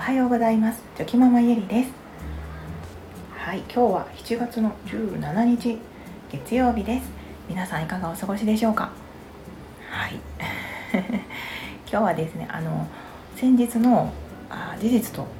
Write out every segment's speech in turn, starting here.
はようございます。チョキママゆりです。はい、今日は7月の17日月曜日です。皆さんいかがお過ごしでしょうか。はい今日はですね、先日の事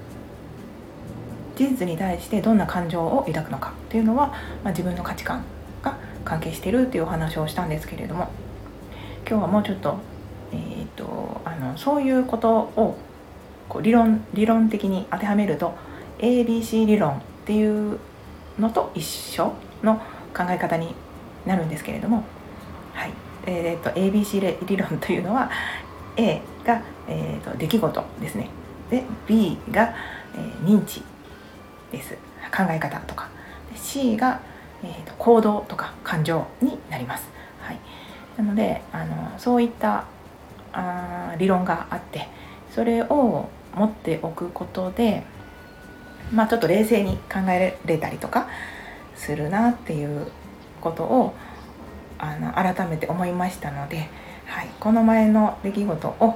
実に対してどんな感情を抱くのかというのは、自分の価値観が関係しているというお話をしたんですけれども、今日はもうちょっと、そういうことを理論的に当てはめると ABC 理論っていうのと一緒の考え方になるんですけれども、はい、ABC 理論というのは A が、出来事ですね。で B が、認知です。考え方とか。で C が、行動とか感情になります。はい、なのでそういった理論があって、それを持っておくことで、ちょっと冷静に考えれたりとかするなっていうことを改めて思いましたので、はい、この前の出来事を、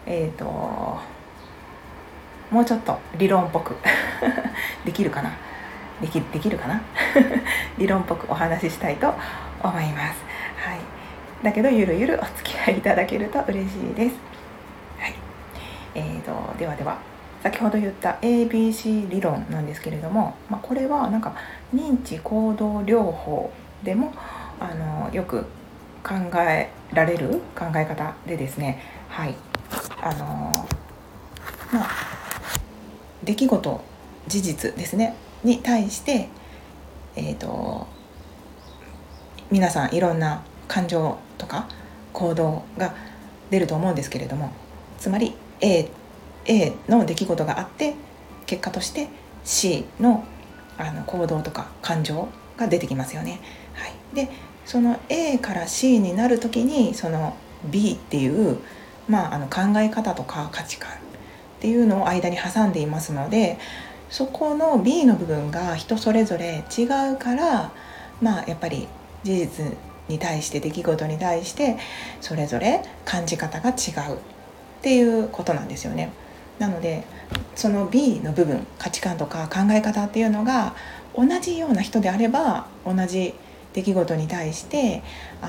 もうちょっと理論っぽくできるかな理論っぽくお話ししたいと思います。はい、だけどゆるゆるお付き合いいただけると嬉しいです。はい、では先ほど言った ABC 理論なんですけれども、これはなんか認知行動療法でもよく考えられる考え方でですね、はい、出来事事実ですねに対して、皆さんいろんな感情とか行動が出ると思うんですけれども、つまり A の出来事があって結果として C の行動とか感情が出てきますよね。はい、でその A から C になるときにその B っていう、考え方とか価値観っていうのを間に挟んでいますので、そこの B の部分が人それぞれ違うから、やっぱり事実に対して出来事に対してそれぞれ感じ方が違うっていうことなんですよね。なのでその B の部分、価値観とか考え方っていうのが同じような人であれば同じ出来事に対して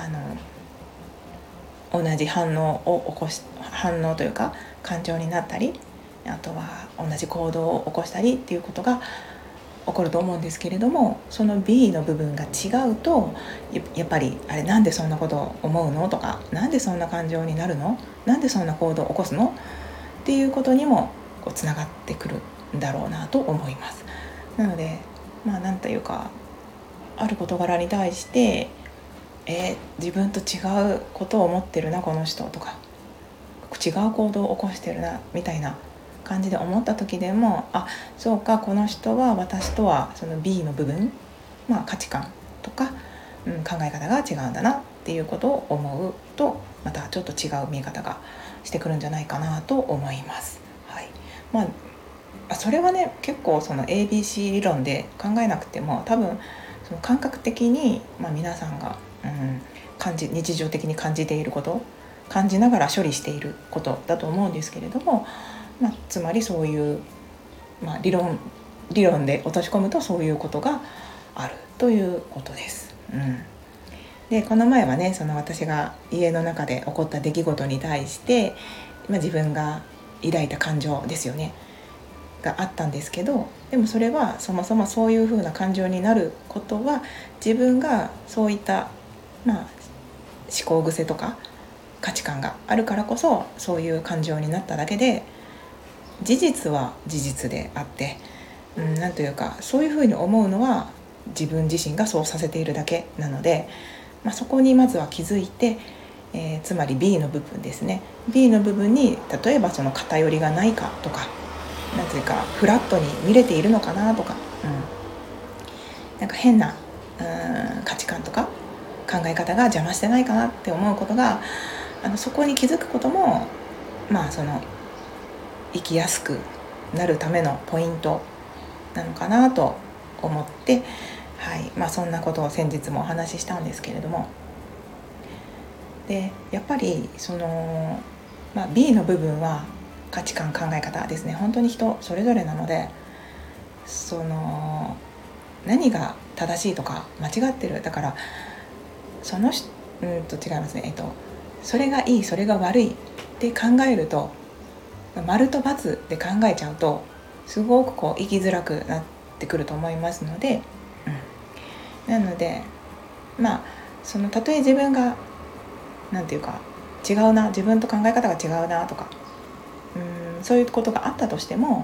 同じ反応というか感情になったり、あとは同じ行動を起こしたりっていうことが起こると思うんですけれども、その B の部分が違うとやっぱりなんでそんなことを思うのとか、なんでそんな感情になるの、なんでそんな行動を起こすのっていうことにもつながってくるんだろうなと思います。なのでなんというか、ある事柄に対して自分と違うことを思ってるなこの人とか、違う行動を起こしてるなみたいな感じで思った時でも、そうか、この人は私とはその B の部分、価値観とか、考え方が違うんだなっていうことを思うと、またちょっと違う見え方がしてくるんじゃないかなと思います。はい、それはね、結構その ABC 理論で考えなくても多分その感覚的に、皆さんが、日常的に感じていること、感じながら処理していることだと思うんですけれども、つまりそういう、理論で落とし込むとそういうことがあるということです。でこの前はね、その私が家の中で起こった出来事に対して、自分が抱いた感情ですよねがあったんですけど、でもそれはそもそもそういう風な感情になることは自分がそういった思考癖とか価値観があるからこそそういう感情になっただけで、事実は事実であって、なんというか、そういう風に思うのは自分自身がそうさせているだけなので、そこにまずは気づいて、つまり B の部分ですね。 B の部分に例えばその偏りがないかとか、なんていうかフラットに見れているのかなとか、なんか変な価値観とか考え方が邪魔してないかなって思うことが、そこに気づくこともその生きやすくなるためのポイントなのかなと思って、そんなことを先日もお話ししたんですけれども、でやっぱりその、B の部分は価値観考え方ですね、本当に人それぞれなので、何が正しいとか間違ってる、だから違いますね、それがいいそれが悪いって考えると、丸と×で考えちゃうとすごく生きづらくなってくると思いますので、なのでたとえ自分がなんていうか違うな、自分と考え方が違うなとか、そういうことがあったとしても、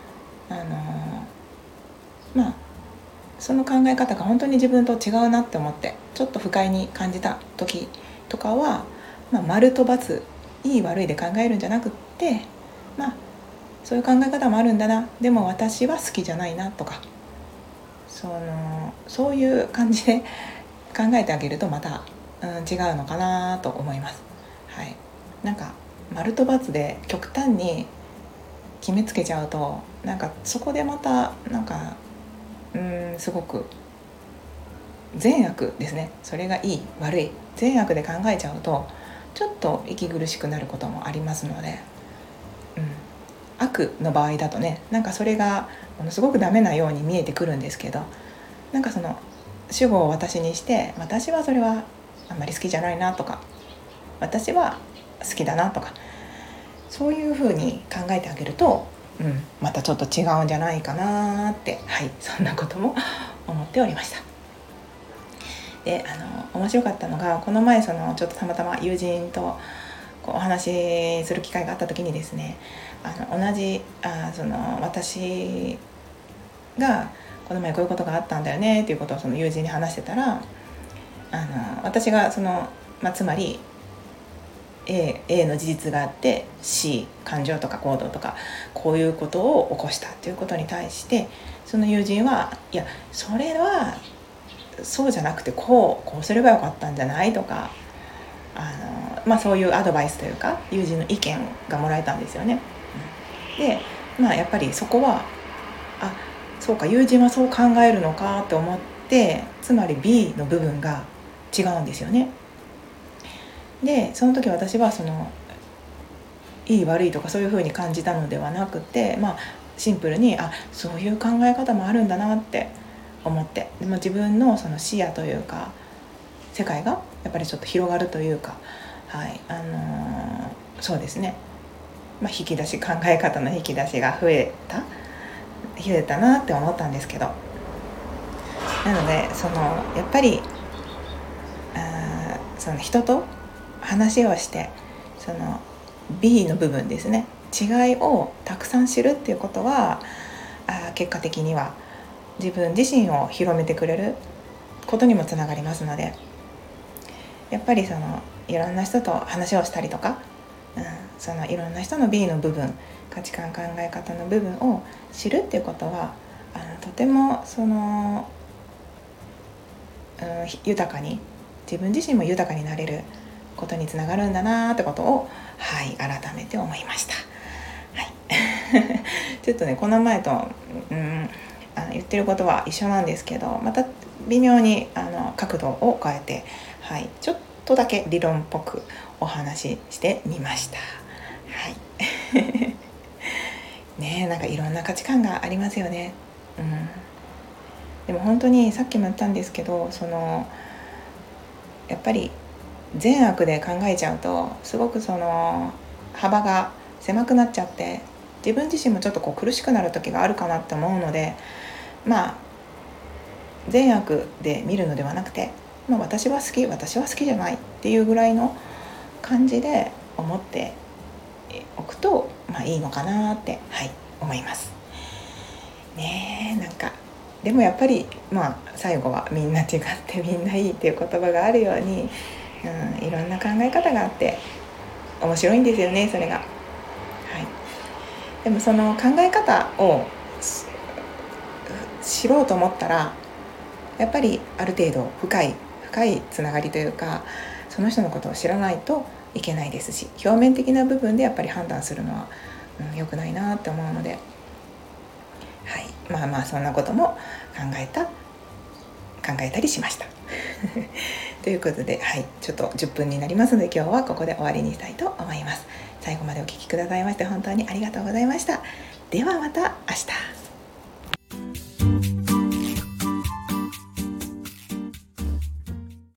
その考え方が本当に自分と違うなって思ってちょっと不快に感じた時とかは、丸と×いい悪いで考えるんじゃなくって、そういう考え方もあるんだな、でも私は好きじゃないなとか、そういう感じで考えてあげるとまた、違うのかなと思います。はい、なんか丸と×で極端に決めつけちゃうと、そこでまたすごく善悪ですね、それがいい悪い善悪で考えちゃうとちょっと息苦しくなることもありますので、悪の場合だとね、それがものすごくダメなように見えてくるんですけど、その主語を私にして、私はそれはあんまり好きじゃないなとか、私は好きだなとか、そういう風に考えてあげると、またちょっと違うんじゃないかなって、そんなことも思っておりました。で、面白かったのが、この前ちょっとたまたま友人とお話しする機会があった時にですね、同じ私がこの前こういうことがあったんだよねっていうことをその友人に話してたら、私がつまり A の事実があって C 感情とか行動とかこういうことを起こしたということに対して、その友人はいやそれはそうじゃなくてこうすればよかったんじゃないとか、そういうアドバイスというか友人の意見がもらえたんですよね。で、やっぱりそこはそうか、友人はそう考えるのかと思って、つまり B の部分が違うんですよね。でその時私はいい悪いとかそういう風に感じたのではなくて、シンプルにそういう考え方もあるんだなって思って、でも自分のその視野というか世界がやっぱりちょっと広がるというか、そうですね、引き出し、考え方の引き出しが増えたなって思ったんですけど、なのでやっぱりその人と話をしてB の部分ですね、違いをたくさん知るっていうことは結果的には自分自身を広めてくれることにもつながりますので、やっぱりいろんな人と話をしたりとか、いろんな人の B の部分、価値観考え方の部分を知るっていうことはとても豊かに、自分自身も豊かになれることにつながるんだなってことを、改めて思いました。ちょっとねこの前と、言ってることは一緒なんですけど、また微妙に角度を変えて、ちょっとだけ理論っぽくお話ししてみました。ねえ、いろんな価値観がありますよね。でも本当にさっきも言ったんですけど、やっぱり善悪で考えちゃうとすごく幅が狭くなっちゃって、自分自身もちょっと苦しくなる時があるかなって思うので、善悪で見るのではなくて、私は好き私は好きじゃないっていうぐらいの感じで思っておくといいのかなって、思いますね。でもやっぱり最後はみんな違ってみんないいっていう言葉があるように、いろんな考え方があって面白いんですよね、それが。でもその考え方を知ろうと思ったら、やっぱりある程度深いつながりというか、その人のことを知らないといけないですし、表面的な部分でやっぱり判断するのは、良くないなって思うので、そんなことも考えたりしましたということで、ちょっと10分になりますので今日はここで終わりにしたいと思います。 最後までお聞きくださいまして本当にありがとうございました。ではまた明日。